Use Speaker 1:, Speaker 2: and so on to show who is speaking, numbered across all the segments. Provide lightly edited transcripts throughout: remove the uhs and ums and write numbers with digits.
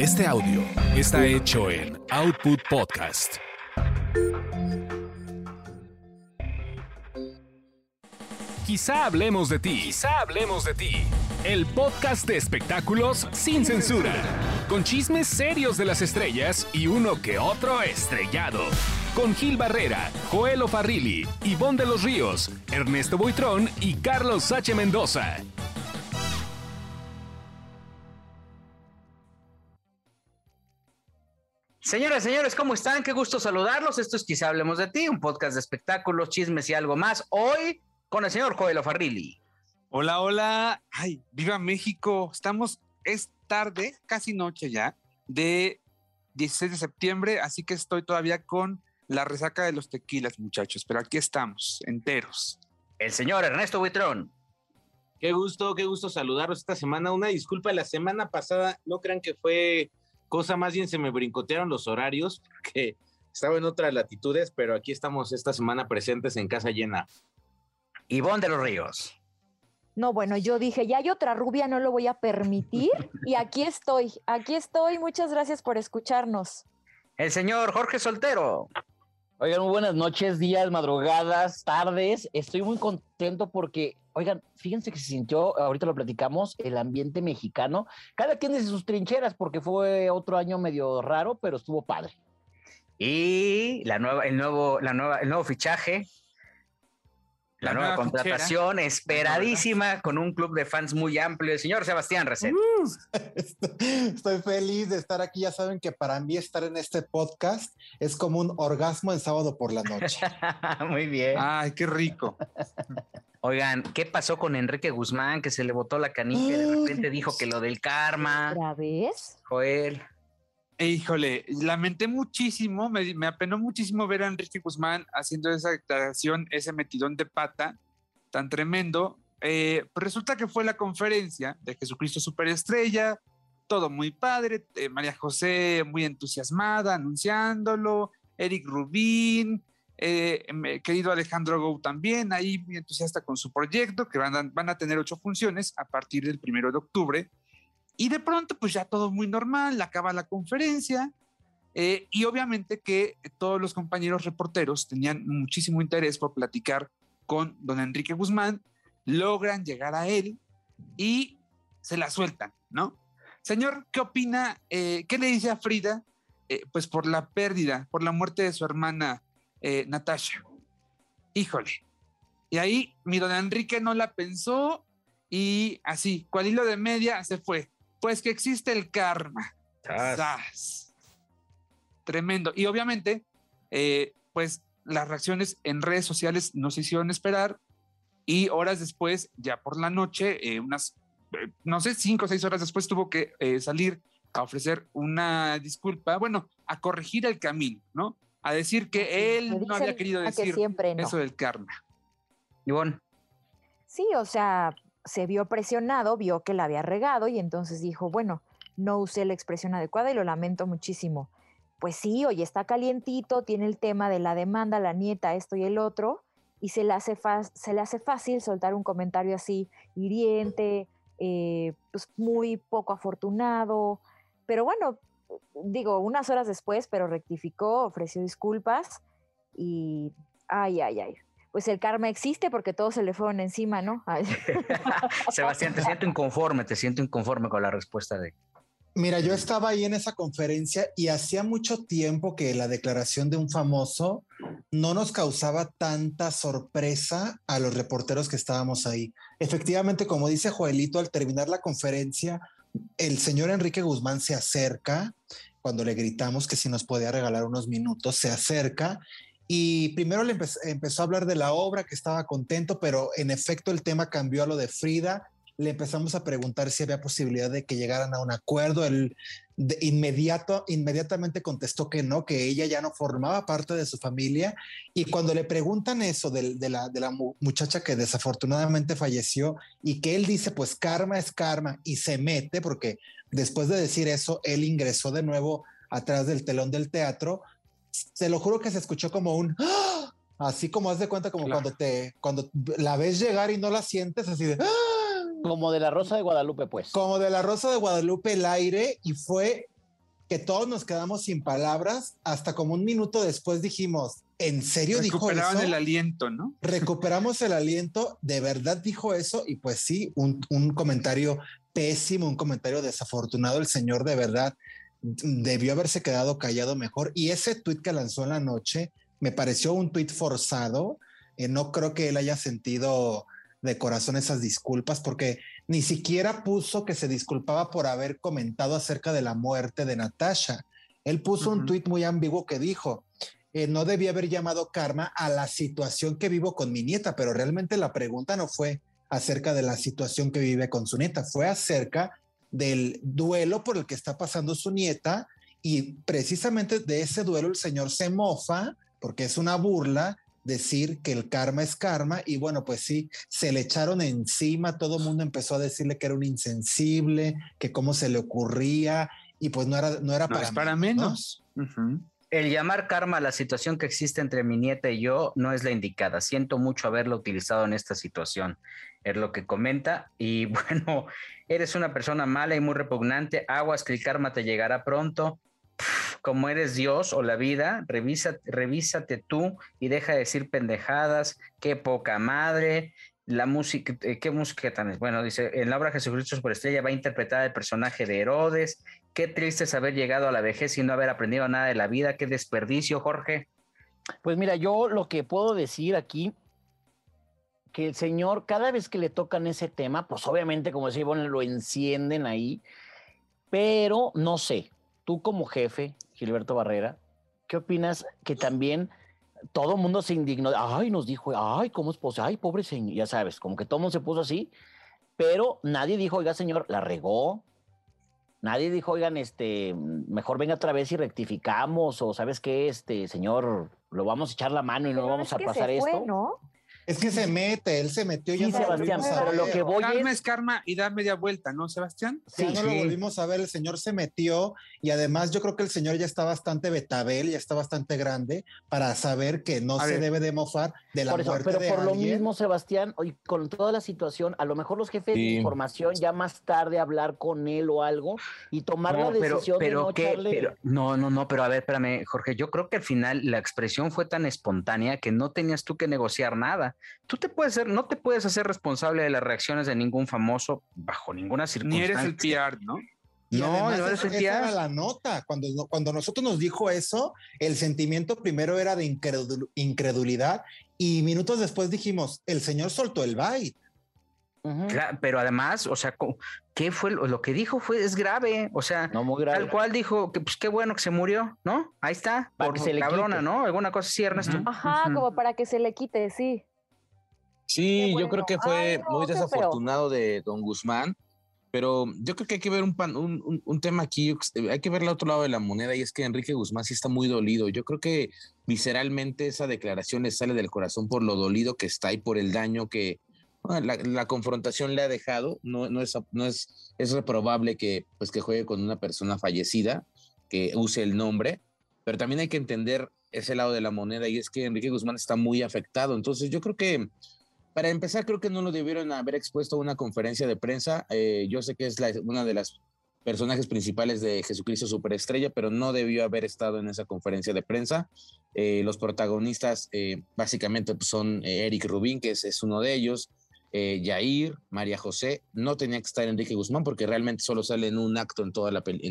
Speaker 1: Este audio está hecho en Output Podcast. Quizá hablemos de ti. Quizá hablemos de ti. El podcast de espectáculos sin censura. Con chismes serios de las estrellas y uno que otro estrellado. Con Gil Barrera, Joel Farrilli, Ivonne de los Ríos, Ernesto Buitrón y Carlos H. Mendoza.
Speaker 2: Señoras y señores, ¿cómo están? Qué gusto saludarlos. Esto es Quizá Hablemos de Ti, un podcast de espectáculos, chismes y algo más. Hoy con el señor Joel Farrilli.
Speaker 3: Hola, hola. Ay, viva México. Es tarde, casi noche ya, de 16 de septiembre, así que estoy todavía con la resaca de los tequilas, muchachos, pero aquí estamos, enteros.
Speaker 2: El señor Ernesto Buitrón.
Speaker 4: Qué gusto saludarlos esta semana. Una disculpa, la semana pasada, no crean que fue cosa, más bien se me brincotearon los horarios, porque estaba en otras latitudes, pero aquí estamos esta semana presentes en casa llena.
Speaker 2: Ivonne de los Ríos.
Speaker 5: No, bueno, yo dije, ya hay otra rubia, no lo voy a permitir, y aquí estoy, muchas gracias por escucharnos.
Speaker 2: El señor Jorge Soltero.
Speaker 6: Oigan, muy buenas noches, días, madrugadas, tardes. Estoy muy contento porque, oigan, fíjense que se sintió, ahorita lo platicamos, el ambiente mexicano. Cada quien desde sus trincheras, porque fue otro año medio raro, pero estuvo padre.
Speaker 2: Y el nuevo fichaje, la nueva contratación fichera, esperadísima, con un club de fans muy amplio, el señor Sebastián Recet.
Speaker 7: Estoy feliz de estar aquí. Ya saben que para mí estar en este podcast es como un orgasmo en sábado por la noche.
Speaker 2: Muy bien.
Speaker 3: Ay, qué rico.
Speaker 2: Oigan, ¿qué pasó con Enrique Guzmán? Que se le botó la canija y de repente dijo que lo del karma.
Speaker 5: ¿Otra vez?
Speaker 2: Joel.
Speaker 3: Híjole, lamenté muchísimo, me apenó muchísimo ver a Enrique Guzmán haciendo esa declaración, ese metidón de pata tan tremendo. Pues resulta que fue la conferencia de Jesucristo Superestrella, todo muy padre, María José muy entusiasmada anunciándolo, Eric Rubín, querido Alejandro Gou también, ahí muy entusiasta con su proyecto, que van a tener 8 funciones a partir del 1 de octubre. Y de pronto, pues ya todo muy normal, acaba la conferencia, y obviamente que todos los compañeros reporteros tenían muchísimo interés por platicar con don Enrique Guzmán, logran llegar a él y se la sueltan, ¿no? Señor, ¿qué opina? ¿Qué le dice a Frida? Pues por la pérdida, por la muerte de su hermana Natasha. Híjole. Y ahí mi don Enrique no la pensó y así, cual hilo de media, se fue. Pues que existe el karma. ¡Sas! Tremendo. Y obviamente, pues las reacciones en redes sociales no se hicieron esperar y horas después, ya por la noche, no sé, 5 o 6 horas después tuvo que salir a ofrecer una disculpa, bueno, a corregir el camino, ¿no? A decir que él no había querido decir eso del karma.
Speaker 2: Ivonne.
Speaker 5: Sí, o sea, se vio presionado, vio que la había regado y entonces dijo, bueno, no usé la expresión adecuada y lo lamento muchísimo. Pues sí, oye, está calientito, tiene el tema de la demanda, la nieta, esto y el otro, y se le hace fácil soltar un comentario así hiriente, pues muy poco afortunado, pero bueno, digo, unas horas después, pero rectificó, ofreció disculpas y ay. Pues el karma existe porque todos se le fueron encima, ¿no?
Speaker 2: Sebastián, te siento inconforme con la respuesta de...
Speaker 7: Mira, yo estaba ahí en esa conferencia y hacía mucho tiempo que la declaración de un famoso no nos causaba tanta sorpresa a los reporteros que estábamos ahí. Efectivamente, como dice Joelito, al terminar la conferencia, el señor Enrique Guzmán se acerca, cuando le gritamos que si nos podía regalar unos minutos, se acerca. Y primero le empezó a hablar de la obra, que estaba contento, pero en efecto el tema cambió a lo de Frida. Le empezamos a preguntar si había posibilidad de que llegaran a un acuerdo. Él inmediatamente contestó que no, que ella ya no formaba parte de su familia. Y cuando le preguntan eso de la muchacha que desafortunadamente falleció y que él dice, pues karma es karma, y se mete, porque después de decir eso, él ingresó de nuevo atrás del telón del teatro. Se lo juro que se escuchó como un ¡ah! Así como haz de cuenta como claro, cuando la ves llegar y no la sientes, así de ¡ah!
Speaker 6: Como de la Rosa de Guadalupe, pues.
Speaker 7: Como de la Rosa de Guadalupe el aire, y fue que todos nos quedamos sin palabras, hasta como un minuto después dijimos, ¿en serio dijo eso?
Speaker 3: Recuperaban el aliento, ¿no?
Speaker 7: Recuperamos el aliento, ¿de verdad dijo eso? Y pues sí, un comentario pésimo, un comentario desafortunado. El señor de verdad debió haberse quedado callado mejor. Y ese tuit que lanzó en la noche me pareció un tuit forzado. No creo que él haya sentido de corazón esas disculpas, porque ni siquiera puso que se disculpaba por haber comentado acerca de la muerte de Natasha. Él puso un tuit muy ambiguo que dijo, no debía haber llamado karma a la situación que vivo con mi nieta, pero realmente la pregunta no fue acerca de la situación que vive con su nieta, fue acerca del duelo por el que está pasando su nieta, y precisamente de ese duelo el señor se mofa, porque es una burla decir que el karma es karma. Y bueno, pues sí, se le echaron encima, todo el mundo empezó a decirle que era un insensible, que cómo se le ocurría, y pues no era
Speaker 3: para menos.
Speaker 7: ¿no?
Speaker 2: El llamar karma a la situación que existe entre mi nieta y yo no es la indicada. Siento mucho haberlo utilizado en esta situación. Es lo que comenta. Y bueno, eres una persona mala y muy repugnante. Aguas que el karma te llegará pronto. Como eres Dios o la vida, revísate tú y deja de decir pendejadas. Qué poca madre. La música, ¿qué música tan es? Bueno, dice, en la obra Jesucristo Superestrella va a interpretar el personaje de Herodes. Qué triste es haber llegado a la vejez y no haber aprendido nada de la vida. Qué desperdicio, Jorge.
Speaker 6: Pues mira, yo lo que puedo decir aquí, que el señor, cada vez que le tocan ese tema, pues obviamente, como decía Ivonne, lo encienden ahí, pero no sé, tú como jefe, Gilberto Barrera, ¿qué opinas que también todo el mundo se indignó? Ay, nos dijo, ay, ¿cómo es posible? Ay, pobre señor, ya sabes, como que todo el mundo se puso así, pero nadie dijo, oiga, señor, la regó. Nadie dijo, oigan, mejor venga otra vez y rectificamos, o ¿sabes qué? Señor, lo vamos a echar la mano y no vamos a pasar esto.
Speaker 5: ¿No?
Speaker 7: Es que él se metió
Speaker 6: sí,
Speaker 7: ya.
Speaker 6: Sebastián, pero lo que voy
Speaker 3: karma es karma y da media vuelta, ¿no, Sebastián?
Speaker 7: Sí, ya no lo volvimos a ver, el señor se metió, y además yo creo que el señor ya está bastante betabel, ya está bastante grande para saber que no se debe de mofar de la muerte
Speaker 6: pero
Speaker 7: de
Speaker 6: por
Speaker 7: alguien.
Speaker 6: lo mismo, Sebastián, hoy con toda la situación, a lo mejor los jefes de información ya más tarde hablar con él o algo y tomar la decisión de no echarle...
Speaker 2: Pero a ver, espérame, Jorge, yo creo que al final la expresión fue tan espontánea que no tenías tú que negociar nada. Tú no te puedes hacer responsable de las reacciones de ningún famoso bajo ninguna circunstancia.
Speaker 3: Ni eres el PR, ¿no?
Speaker 7: Y no eres el PR. Esa era la nota. Cuando nosotros nos dijo eso, el sentimiento primero era de incredulidad, y minutos después dijimos, el señor soltó el bite.
Speaker 2: Claro, pero además, o sea, ¿qué fue lo que dijo? Es grave, o sea,
Speaker 6: no, muy grave.
Speaker 2: Tal cual dijo que pues qué bueno que se murió, ¿no? Ahí está,
Speaker 6: para que se le
Speaker 2: cabrona,
Speaker 6: quite.
Speaker 2: ¿no? Alguna cosa así, Ernesto.
Speaker 5: Ajá, como para que se le quite, sí.
Speaker 4: Sí, bueno. Yo creo que fue muy desafortunado de don Guzmán, pero yo creo que hay que ver un tema aquí, hay que ver el otro lado de la moneda, y es que Enrique Guzmán sí está muy dolido. Yo creo que visceralmente esa declaración le sale del corazón por lo dolido que está y por el daño que la confrontación le ha dejado. No es reprobable que juegue con una persona fallecida, que use el nombre, pero también hay que entender ese lado de la moneda, y es que Enrique Guzmán está muy afectado. Entonces yo creo que, para empezar, creo que no lo debieron haber expuesto a una conferencia de prensa. Yo sé que es una de las personajes principales de Jesucristo Superestrella, pero no debió haber estado en esa conferencia de prensa. Los protagonistas básicamente son Eric Rubín, que es uno de ellos, Yair, María José. No tenía que estar Enrique Guzmán, porque realmente solo sale en un acto en toda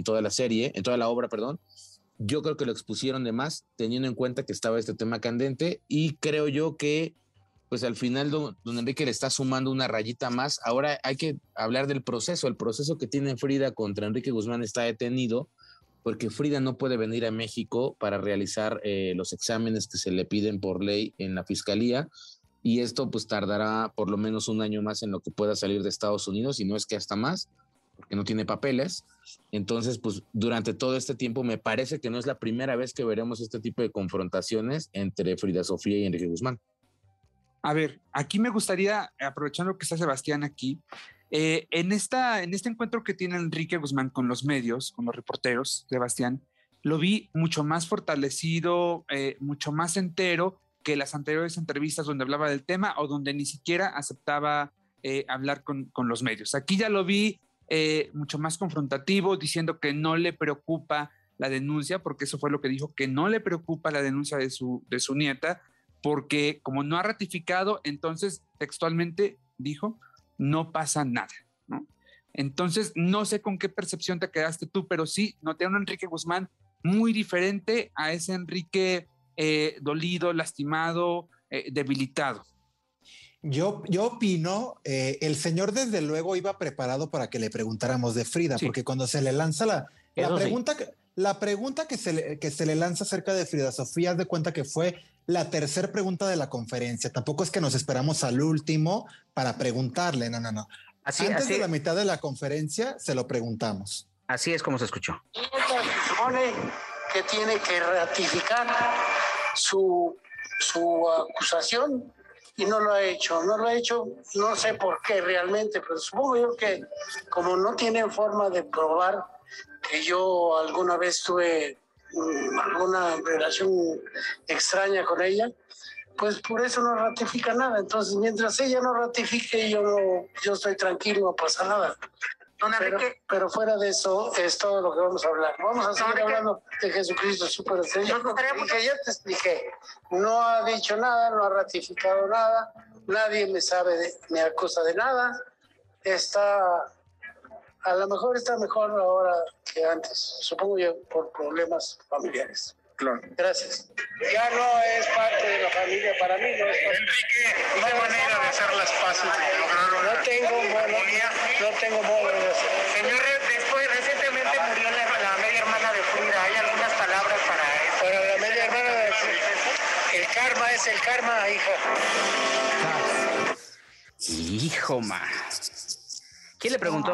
Speaker 4: la obra, perdón. Yo creo que lo expusieron de más, teniendo en cuenta que estaba este tema candente, y creo yo que pues al final don Enrique le está sumando una rayita más. Ahora hay que hablar del proceso. El proceso que tiene Frida contra Enrique Guzmán está detenido porque Frida no puede venir a México para realizar los exámenes que se le piden por ley en la fiscalía, y esto pues tardará por lo menos un año más en lo que pueda salir de Estados Unidos, y no es que hasta más, porque no tiene papeles. Entonces, pues durante todo este tiempo me parece que no es la primera vez que veremos este tipo de confrontaciones entre Frida Sofía y Enrique Guzmán.
Speaker 3: A ver, aquí me gustaría, aprovechando que está Sebastián aquí, en este encuentro que tiene Enrique Guzmán con los medios, con los reporteros, Sebastián, lo vi mucho más fortalecido, mucho más entero que las anteriores entrevistas donde hablaba del tema o donde ni siquiera aceptaba hablar con los medios. Aquí ya lo vi mucho más confrontativo, diciendo que no le preocupa la denuncia, porque eso fue lo que dijo, que no le preocupa la denuncia de su nieta, porque como no ha ratificado, entonces textualmente dijo, no pasa nada, ¿no? Entonces, no sé con qué percepción te quedaste tú, pero sí noté a un Enrique Guzmán muy diferente a ese Enrique dolido, lastimado, debilitado.
Speaker 7: Yo opino, el señor desde luego iba preparado para que le preguntáramos de Frida,
Speaker 3: Sí.
Speaker 7: porque cuando se le lanza la pregunta,
Speaker 6: Sí.
Speaker 7: la pregunta que se le lanza acerca de Frida Sofía, haz de cuenta que fue la tercera pregunta de la conferencia. Tampoco es que nos esperamos al último para preguntarle, no. Antes de la mitad de la conferencia se lo preguntamos.
Speaker 2: Así es como se escuchó.
Speaker 8: Se supone que tiene que ratificar su acusación y no lo ha hecho. No sé por qué realmente, pero supongo yo que como no tienen forma de probar que yo alguna vez tuve alguna relación extraña con ella, pues por eso no ratifica nada. Entonces, mientras ella no ratifique, yo estoy tranquilo, no pasa nada. Pero fuera de eso es todo lo que vamos a hablar. Vamos a seguir hablando de Jesucristo Superestrella. Que ya te expliqué. No ha dicho nada, no ha ratificado nada. Nadie me acusa de nada. A lo mejor está mejor ahora que antes. Supongo yo por problemas familiares. Claro. Gracias. Ya no es parte de la familia para mí. No es parte. Enrique, no hay manera de hacer las paces. No tengo modo de hacer.
Speaker 9: Señor, después recientemente murió la media hermana de Frida. ¿Hay algunas palabras para eso?
Speaker 8: Para la media hermana de Frida. El karma es el karma, hija.
Speaker 2: Hijo, ma. ¿Quién le preguntó?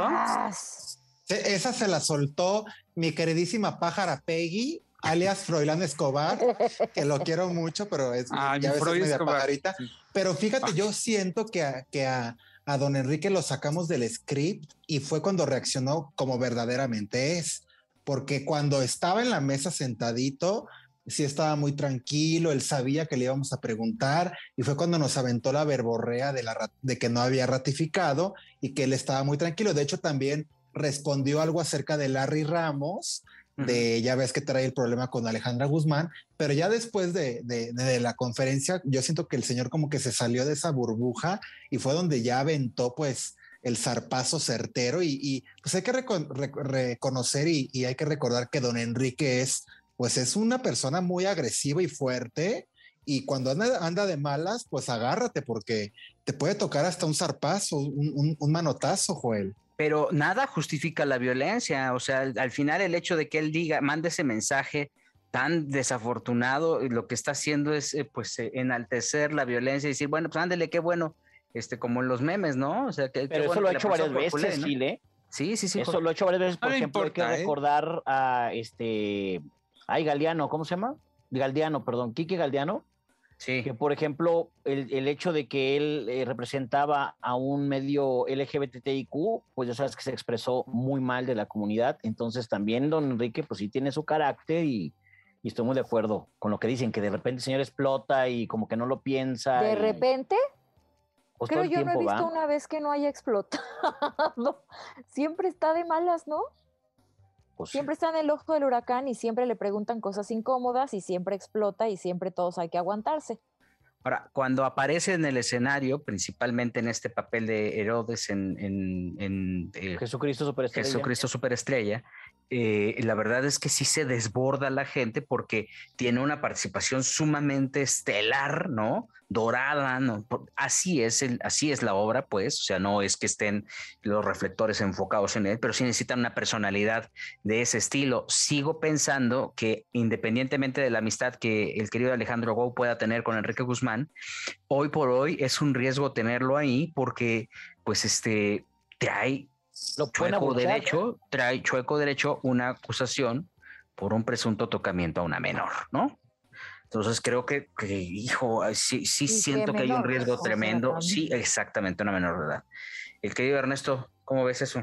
Speaker 7: Esa se la soltó mi queridísima pájara Peggy, alias Froilán Escobar, que lo quiero mucho, pero es ya ves, es media pajarita. Sí. Pero fíjate, yo siento que a don Enrique lo sacamos del script y fue cuando reaccionó como verdaderamente es, porque cuando estaba en la mesa sentadito, sí estaba muy tranquilo, él sabía que le íbamos a preguntar y fue cuando nos aventó la verborrea de que no había ratificado y que él estaba muy tranquilo. De hecho, también respondió algo acerca de Larry Ramos, ya ves que trae el problema con Alejandra Guzmán, pero ya después de la conferencia, yo siento que el señor como que se salió de esa burbuja y fue donde ya aventó pues el zarpazo certero y pues hay que reconocer y hay que recordar que don Enrique es una persona muy agresiva y fuerte y cuando anda de malas, pues agárrate porque te puede tocar hasta un zarpazo, un manotazo, Joel.
Speaker 2: Pero nada justifica la violencia, o sea, al final el hecho de que él mande ese mensaje tan desafortunado, lo que está haciendo es enaltecer la violencia y decir, bueno, pues ándele, qué bueno, como en los memes, ¿no? O sea,
Speaker 6: pero eso lo ha hecho varias veces, ¿no? Chile.
Speaker 2: Sí.
Speaker 6: Eso lo ha hecho varias veces, por ejemplo, hay que recordar a Galeano, ¿cómo se llama? Galdiano, perdón, Quique Galdiano. Sí. Que, por ejemplo, el hecho de que él representaba a un medio LGBTIQ, pues ya sabes que se expresó muy mal de la comunidad. Entonces también don Enrique, pues sí tiene su carácter y estoy muy de acuerdo con lo que dicen, que de repente el señor explota y como que no lo piensa.
Speaker 5: ¿De repente? Pues creo yo no he visto una vez que no haya explotado. Siempre está de malas, ¿no? Pues siempre está en el ojo del huracán y siempre le preguntan cosas incómodas y siempre explota y siempre todos hay que aguantarse.
Speaker 2: Ahora, cuando aparece en el escenario, principalmente en este papel de Herodes en
Speaker 6: Jesucristo
Speaker 2: Superestrella, la verdad es que sí se desborda la gente porque tiene una participación sumamente estelar, ¿no? Dorada, ¿no? Así es la obra, pues, o sea, no es que estén los reflectores enfocados en él, pero sí necesitan una personalidad de ese estilo. Sigo pensando que independientemente de la amistad que el querido Alejandro Gou pueda tener con Enrique Guzmán, hoy por hoy es un riesgo tenerlo ahí porque, pues, trae chueco derecho una acusación por un presunto tocamiento a una menor, ¿no? Entonces creo que hijo, sí siento que hay un riesgo tremendo. Sí, exactamente, una menor de edad. El querido Ernesto, ¿cómo ves eso?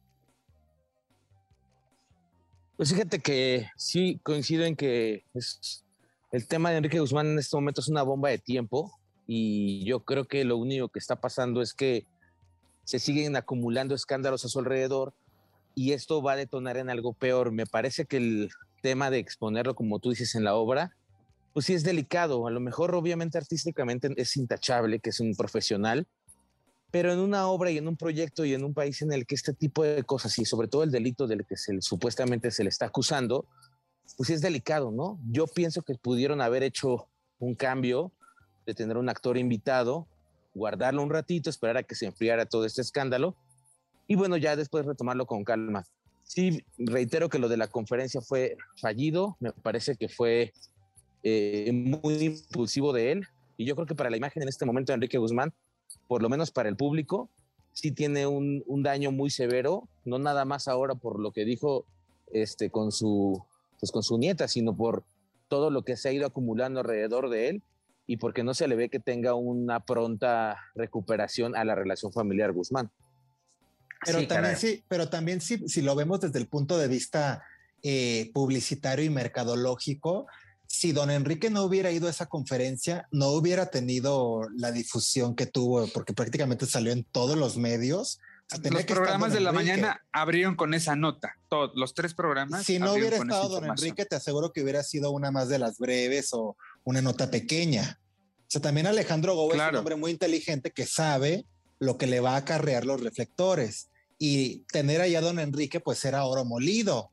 Speaker 4: Pues fíjate que sí coincido en que el tema de Enrique Guzmán en este momento es una bomba de tiempo y yo creo que lo único que está pasando es que se siguen acumulando escándalos a su alrededor y esto va a detonar en algo peor. Me parece que tema de exponerlo, como tú dices, en la obra, pues sí es delicado. A lo mejor, obviamente, artísticamente es intachable, que es un profesional, pero en una obra y en un proyecto y en un país en el que este tipo de cosas, y sobre todo el delito del que supuestamente se le está acusando, pues sí es delicado, ¿no? Yo pienso que pudieron haber hecho un cambio de tener un actor invitado, guardarlo un ratito, esperar a que se enfriara todo este escándalo y bueno, ya después retomarlo con calma. Sí, reitero que lo de la conferencia fue fallido, me parece que fue muy impulsivo de él, y yo creo que para la imagen en este momento de Enrique Guzmán, por lo menos para el público, sí tiene un daño muy severo, no nada más ahora por lo que dijo con su nieta, sino por todo lo que se ha ido acumulando alrededor de él y porque no se le ve que tenga una pronta recuperación a la relación familiar Guzmán.
Speaker 7: Pero
Speaker 2: Sí,
Speaker 7: también
Speaker 2: caray.
Speaker 7: sí, pero también sí, si lo vemos desde el punto de vista publicitario y mercadológico, si don Enrique no hubiera ido a esa conferencia, no hubiera tenido la difusión que tuvo, porque prácticamente salió en todos los medios.
Speaker 3: Los programas de la mañana abrieron con esa nota, todos los 3 programas.
Speaker 7: Si no hubiera estado don Enrique, te aseguro que hubiera sido una más de las breves o una nota pequeña. O sea, también Alejandro Gou es un hombre muy inteligente que sabe lo que le va a acarrear los reflectores. Y tener allá a don Enrique, pues era oro molido.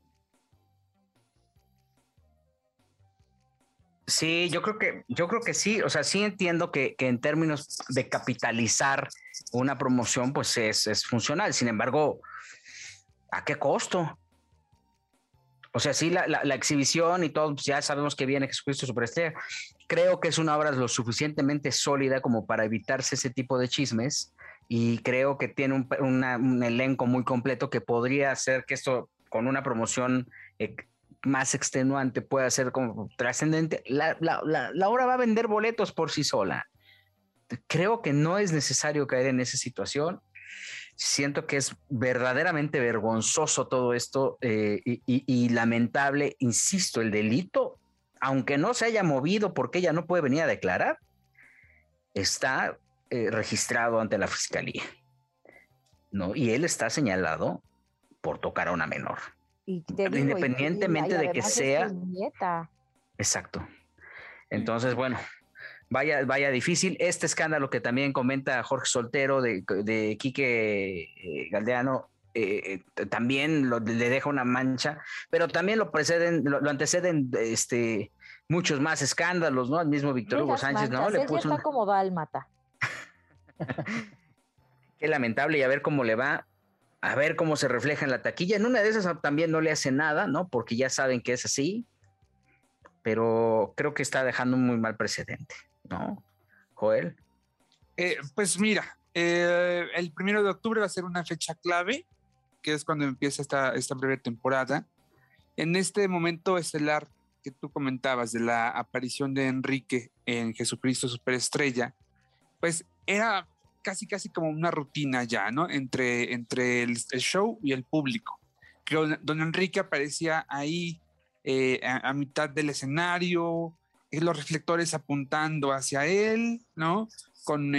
Speaker 2: Sí, yo creo que sí, o sea, sí entiendo que en términos de capitalizar una promoción, pues es funcional. Sin embargo, ¿a qué costo? O sea, sí, la exhibición y todo, pues ya sabemos que viene Jesucristo Superestrella. Creo que es una obra lo suficientemente sólida como para evitarse ese tipo de chismes, y creo que tiene un elenco muy completo que podría hacer que esto, con una promoción más extenuante, pueda ser como trascendente. La obra va a vender boletos por sí sola. Creo que no es necesario caer en esa situación. Siento que es verdaderamente vergonzoso todo esto y lamentable. Insisto, el delito, aunque no se haya movido porque ella no puede venir a declarar, está registrado ante la fiscalía, ¿no? Y él está señalado por tocar a una menor.
Speaker 5: Y te digo,
Speaker 2: independientemente de que sea.
Speaker 5: Es tu nieta.
Speaker 2: Exacto. Entonces, bueno, vaya difícil. Este escándalo que también comenta Jorge Soltero de Quique Galdeano, también le deja una mancha, pero también lo anteceden muchos más escándalos, ¿no? El mismo Víctor Hugo Sánchez, ¿no?
Speaker 5: Le puso está como dálmata.
Speaker 2: Qué lamentable, y a ver cómo le va, a ver cómo se refleja en la taquilla. En una de esas también no le hace nada, ¿no? Porque ya saben que es así, pero creo que está dejando un muy mal precedente, ¿no? Joel.
Speaker 3: Pues mira, el 1 de octubre va a ser una fecha clave, que es cuando empieza esta breve temporada. En este momento estelar que tú comentabas de la aparición de Enrique en Jesucristo Superestrella, pues era casi como una rutina ya, ¿no? Entre el show y el público. Que don Enrique aparecía ahí a mitad del escenario, los reflectores apuntando hacia él, ¿no? Con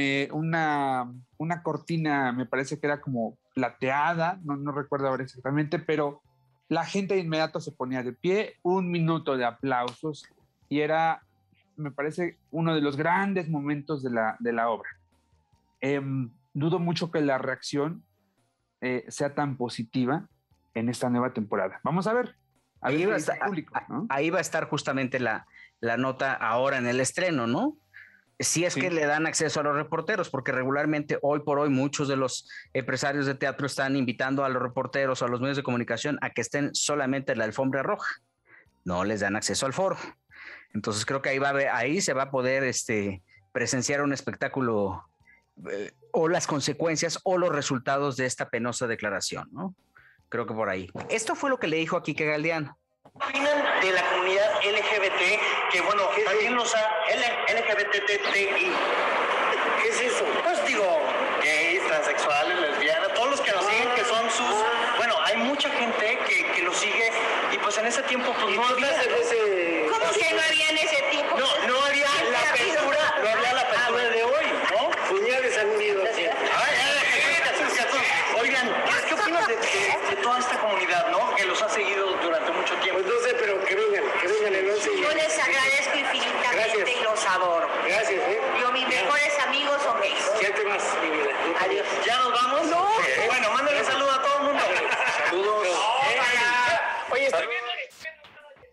Speaker 3: una cortina, me parece que era como plateada, no recuerdo ahora exactamente, pero la gente de inmediato se ponía de pie, 1 minuto de aplausos, y era, me parece, uno de los grandes momentos de la obra. Dudo mucho que la reacción sea tan positiva en esta nueva temporada. Vamos a ver.
Speaker 2: Ahí va a estar justamente la nota ahora en el estreno, ¿no? Si es que le dan acceso a los reporteros, porque regularmente hoy por hoy muchos de los empresarios de teatro están invitando a los reporteros o a los medios de comunicación a que estén solamente en la alfombra roja. No les dan acceso al foro. Entonces creo que ahí se va a poder presenciar un espectáculo o las consecuencias o los resultados de esta penosa declaración, ¿no? Creo que por ahí. Esto fue lo que le dijo a Quique Galdeano.
Speaker 9: ¿Qué opinan de la comunidad LGBT? Que bueno, también los LGBTTI. ¿Qué es eso? Pues digo, gays, transexuales, lesbianas, todos los que nos siguen, que son sus... Bueno, hay mucha gente que los sigue, y pues en ese tiempo pues no había...
Speaker 10: ¿Cómo que no había en ese tiempo?
Speaker 9: No había la apertura de hoy, ¿no?
Speaker 10: Puñales han unido.
Speaker 9: Oigan, ¿qué opinas de toda esta comunidad, no? Que los ha seguido durante mucho tiempo.
Speaker 10: Pues no sé, pero que venga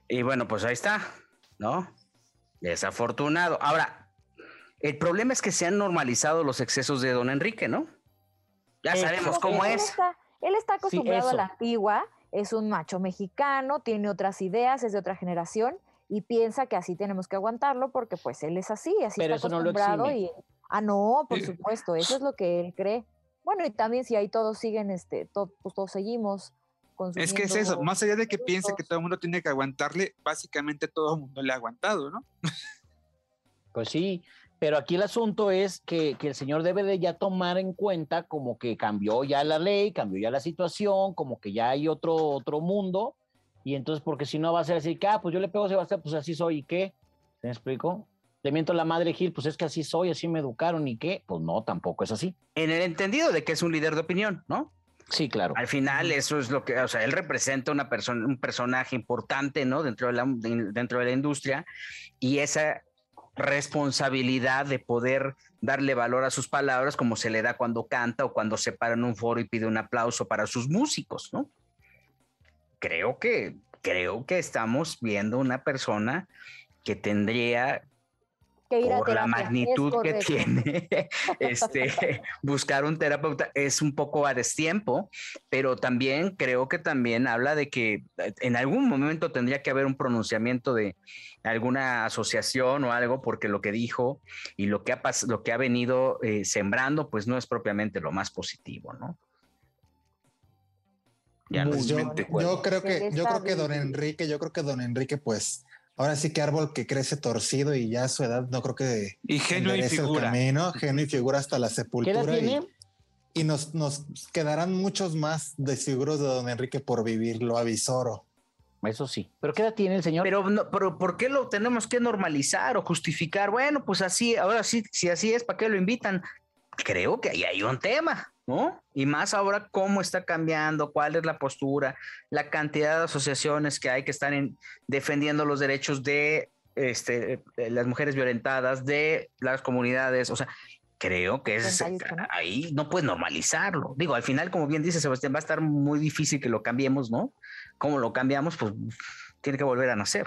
Speaker 2: Y bueno, pues ahí está, ¿no? Desafortunado. Ahora, el problema es que se han normalizado los excesos de don Enrique, ¿no? Ya sabemos cómo es.
Speaker 5: Él está acostumbrado
Speaker 6: Sí,
Speaker 5: a la antigua, es un macho mexicano, tiene otras ideas, es de otra generación y piensa que así tenemos que aguantarlo porque pues él es así, así
Speaker 6: Pero
Speaker 5: está
Speaker 6: eso no lo
Speaker 5: acostumbrado
Speaker 6: exime.
Speaker 5: y no, por supuesto, eso es lo que él cree. Bueno, y también si ahí todos siguen, pues todos seguimos consumiendo.
Speaker 3: Es que es eso, más allá de que piense que
Speaker 5: productos.
Speaker 3: todo el mundo tiene que aguantarle, básicamente todo el mundo le ha aguantado, ¿no?
Speaker 6: Pues sí, pero aquí el asunto es que el señor debe de ya tomar en cuenta como que cambió ya la ley, cambió ya la situación, como que ya hay otro mundo, y entonces porque si no va a ser así, que pues yo le pego a Sebastián, pues así soy, ¿y qué? ¿Me explico? Le miento a la madre Gil, pues es que así soy, así me educaron, ¿y qué? Pues no, tampoco es así.
Speaker 2: En el entendido de que es un líder de opinión, ¿no?
Speaker 6: Sí, claro.
Speaker 2: Al final eso es lo que, o sea, él representa una persona, un personaje importante, ¿no? Dentro de la industria, y esa responsabilidad de poder darle valor a sus palabras como se le da cuando canta o cuando se para en un foro y pide un aplauso para sus músicos, ¿no? Creo que estamos viendo una persona que tendría,
Speaker 5: Que ir a
Speaker 2: por la
Speaker 5: terapia,
Speaker 2: magnitud
Speaker 5: es
Speaker 2: que
Speaker 5: correcto.
Speaker 2: tiene, buscar un terapeuta es un poco a destiempo, pero también creo que también habla de que en algún momento tendría que haber un pronunciamiento de alguna asociación o algo, porque lo que dijo y lo que ha venido sembrando, pues no es propiamente lo más positivo, ¿no? Ya
Speaker 7: Pues yo creo que don Enrique, pues ahora sí que árbol que crece torcido y ya a su edad no creo que
Speaker 3: Ingenuo y
Speaker 7: enderece
Speaker 3: figura.
Speaker 7: el camino, genio y figura hasta la sepultura.
Speaker 6: ¿Qué edad tiene?
Speaker 7: Y nos quedarán muchos más desfiguros de don Enrique por vivir, lo avisoro.
Speaker 6: Eso sí. ¿Pero qué edad tiene el señor?
Speaker 2: Pero ¿por qué lo tenemos que normalizar o justificar? Bueno, pues así, ahora sí, si así es, ¿para qué lo invitan? Creo que ahí hay un tema, ¿no? Y más ahora cómo está cambiando, cuál es la postura, la cantidad de asociaciones que hay que están defendiendo los derechos de las mujeres violentadas, de las comunidades, o sea, creo que ahí no puedes normalizarlo. Digo, al final, como bien dice Sebastián, va a estar muy difícil que lo cambiemos, ¿no? ¿Cómo lo cambiamos? Pues tiene que volver a nacer.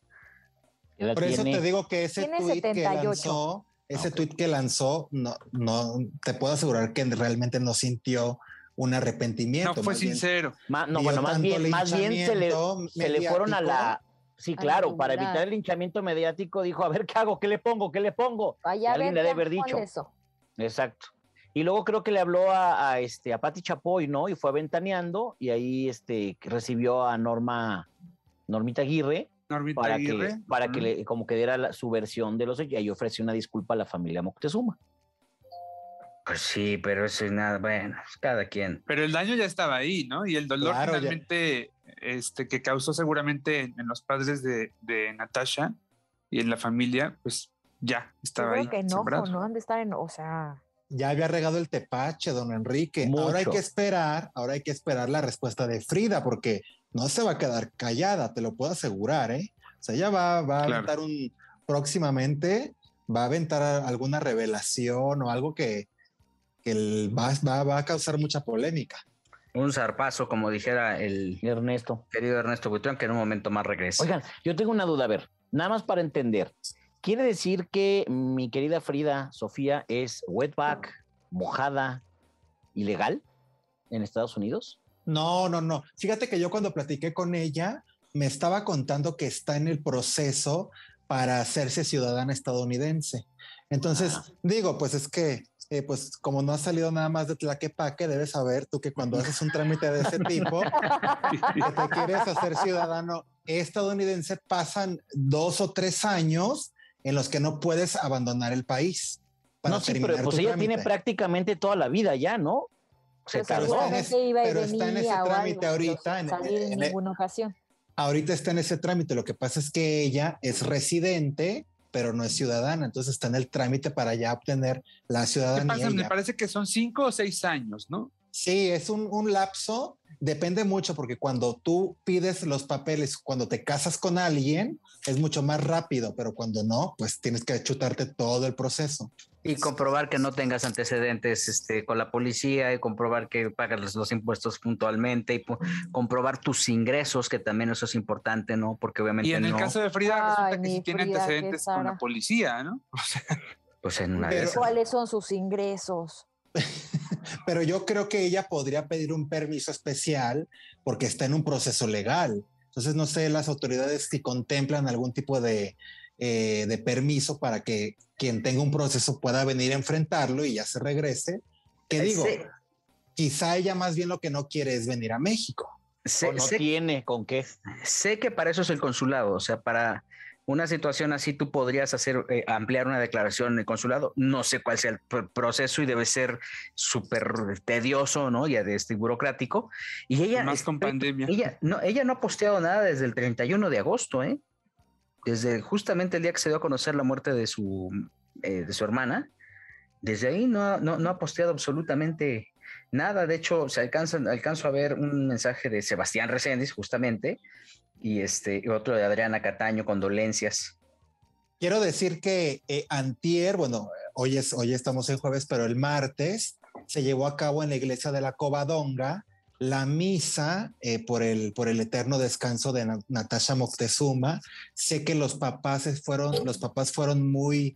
Speaker 7: Por eso te digo que ese
Speaker 5: Tiene
Speaker 7: tuit
Speaker 5: 78.
Speaker 7: tuit que lanzó, no, te puedo asegurar que realmente no sintió un arrepentimiento.
Speaker 3: No fue sincero.
Speaker 6: Más bien se le fueron a la... Sí, claro, para evitar el linchamiento mediático dijo, a ver, ¿qué hago? ¿Qué le pongo?
Speaker 5: Vaya,
Speaker 6: alguien le debe haber dicho.
Speaker 5: Eso.
Speaker 6: Exacto. Y luego creo que le habló a Pati Chapoy, ¿no? Y fue aventaneando y ahí recibió a Normita Aguirre para que le, como que diera su versión de los hechos y ahí ofreció una disculpa a la familia Moctezuma.
Speaker 2: Pues sí, pero eso es nada, bueno, cada quien.
Speaker 3: Pero el daño ya estaba ahí, ¿no? Y el dolor finalmente que causó seguramente en los padres de Natasha y en la familia, pues ya estaba ahí.
Speaker 5: Creo que enojo, ¿no? Han de estar o sea...
Speaker 7: Ya había regado el tepache, don Enrique.
Speaker 6: Mucho.
Speaker 7: Ahora hay que esperar la respuesta de Frida, porque no se va a quedar callada, te lo puedo asegurar, ¿eh? O sea, ella va a aventar próximamente, va a aventar alguna revelación o algo que va a causar mucha polémica.
Speaker 2: Un zarpazo, como dijera el querido Ernesto Buitrón, que en un momento más regresa.
Speaker 6: Oigan, yo tengo una duda, a ver, nada más para entender. ¿Quiere decir que mi querida Frida Sofía es wetback, mojada, ilegal en Estados Unidos?
Speaker 7: No. Fíjate que yo cuando platiqué con ella, me estaba contando que está en el proceso para hacerse ciudadana estadounidense. Entonces, digo, pues es que, pues como no ha salido nada más de Tlaquepaque, debes saber tú que cuando haces un trámite de ese tipo, que te quieres hacer ciudadano estadounidense, pasan 2 o 3 años en los que no puedes abandonar el país.
Speaker 6: No, sí, pero pues ella tiene prácticamente toda la vida ya, ¿no?
Speaker 5: Se tardó. Pero
Speaker 7: está en ese trámite ahorita.
Speaker 5: En ninguna ocasión.
Speaker 7: Ahorita está en ese trámite. Lo que pasa es que ella es residente, pero no es ciudadana. Entonces está en el trámite para ya obtener la ciudadanía.
Speaker 3: ¿Qué pasa? Me parece que son 5 o 6 años, ¿no?
Speaker 7: Sí, es un lapso, depende mucho porque cuando tú pides los papeles, cuando te casas con alguien, es mucho más rápido, pero cuando no, pues tienes que chutarte todo el proceso.
Speaker 2: Y comprobar que no tengas antecedentes con la policía y comprobar que pagas los impuestos puntualmente y comprobar tus ingresos, que también eso es importante, ¿no? Porque obviamente
Speaker 3: Y en el caso de Frida, resulta que sí tiene
Speaker 5: Frida,
Speaker 3: antecedentes con la policía, ¿no? O sea,
Speaker 2: pues en una de esas.
Speaker 5: ¿Cuáles son sus ingresos?
Speaker 7: Pero yo creo que ella podría pedir un permiso especial porque está en un proceso legal. Entonces, no sé las autoridades si contemplan algún tipo de permiso para que quien tenga un proceso pueda venir a enfrentarlo y ya se regrese. ¿Qué digo?
Speaker 2: Sí.
Speaker 7: Quizá ella más bien lo que no quiere es venir a México.
Speaker 6: O no tiene con qué.
Speaker 2: Sé que para eso es el consulado, o sea, para una situación así tú podrías ampliar una declaración en el consulado. No sé cuál sea el proceso y debe ser súper tedioso, ¿no? Ya burocrático. Y ella
Speaker 3: más con pandemia.
Speaker 2: Ella no ha posteado nada desde el 31 de agosto, ¿eh? Desde justamente el día que se dio a conocer la muerte de su hermana. Desde ahí no ha posteado absolutamente nada. De hecho, alcanzo a ver un mensaje de Sebastián Reséndiz, justamente, y otro de Adriana Cataño, condolencias.
Speaker 7: Quiero decir que antier, bueno, hoy estamos en jueves, pero el martes se llevó a cabo en la iglesia de la Covadonga la misa por el eterno descanso de Natasha Moctezuma. Sé que los papás fueron muy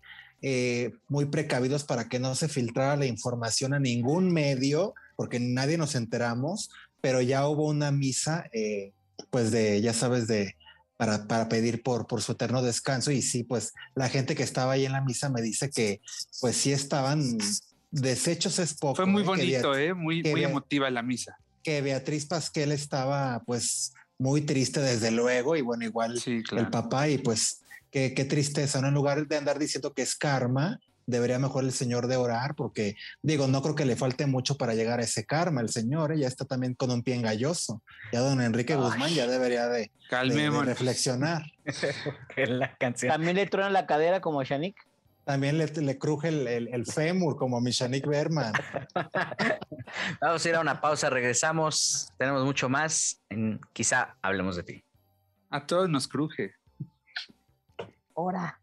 Speaker 7: precavidos para que no se filtrara la información a ningún medio, porque nadie nos enteramos, pero ya hubo una misa, pues ya sabes, para pedir por su eterno descanso. Y sí, pues la gente que estaba ahí en la misa me dice que pues sí estaban deshechos, es poco.
Speaker 3: Fue muy bonito, muy emotiva la misa.
Speaker 7: Que Beatriz Pasquel estaba pues muy triste desde luego, y bueno, igual sí, claro. El papá, y pues qué tristeza, ¿no? En lugar de andar diciendo que es karma, debería mejor el señor de orar, porque digo, no creo que le falte mucho para llegar a ese karma. El señor ya está también con un pie engalloso. Ya don Enrique Guzmán ya debería de reflexionar.
Speaker 2: La canción.
Speaker 6: ¿También le truena la cadera como a Shanique?
Speaker 7: También le cruje el fémur como a mi Shanique Berman.
Speaker 2: Vamos a ir a una pausa, regresamos. Tenemos mucho más en Quizá Hablemos de Ti.
Speaker 3: A todos nos cruje.
Speaker 5: Ahora.